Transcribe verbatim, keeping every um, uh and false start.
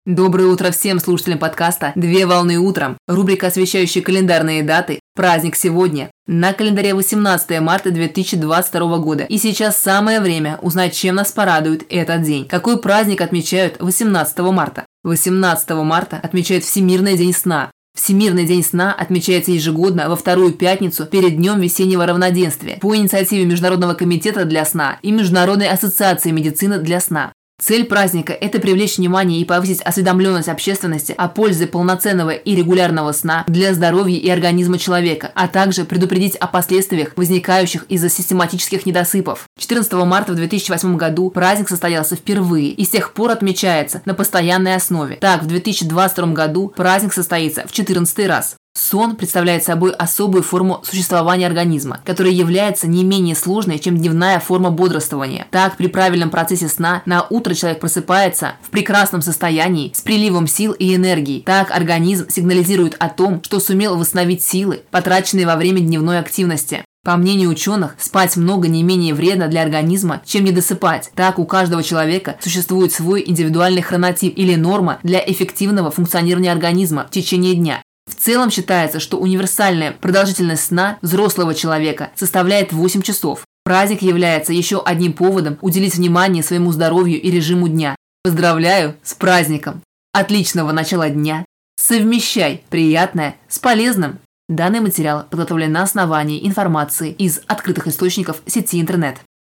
Доброе утро всем слушателям подкаста «Две волны утром». Рубрика, освещающая календарные даты. Праздник сегодня. На календаре восемнадцатое марта две тысячи двадцать второго года. И сейчас самое время узнать, чем нас порадует этот день. Какой праздник отмечают восемнадцатого марта? восемнадцатого марта отмечают Всемирный день сна. Всемирный день сна отмечается ежегодно во вторую пятницу перед Днем весеннего равноденствия по инициативе Международного комитета для сна и Международной ассоциации медицины для сна. Цель праздника – это привлечь внимание и повысить осведомленность общественности о пользе полноценного и регулярного сна для здоровья и организма человека, а также предупредить о последствиях, возникающих из-за систематических недосыпов. четырнадцатого марта в две тысячи восьмом году праздник состоялся впервые и с тех пор отмечается на постоянной основе. Так, в две тысячи двадцать втором году праздник состоится в четырнадцатый раз. Сон представляет собой особую форму существования организма, которая является не менее сложной, чем дневная форма бодрствования. Так, при правильном процессе сна на утро человек просыпается в прекрасном состоянии, с приливом сил и энергии. Так, организм сигнализирует о том, что сумел восстановить силы, потраченные во время дневной активности. По мнению ученых, спать много не менее вредно для организма, чем не досыпать. Так, у каждого человека существует свой индивидуальный хронотип или норма для эффективного функционирования организма в течение дня. В целом считается, что универсальная продолжительность сна взрослого человека составляет восемь часов. Праздник является еще одним поводом уделить внимание своему здоровью и режиму дня. Поздравляю с праздником! Отличного начала дня! Совмещай приятное с полезным! Данный материал подготовлен на основании информации из открытых источников сети интернет.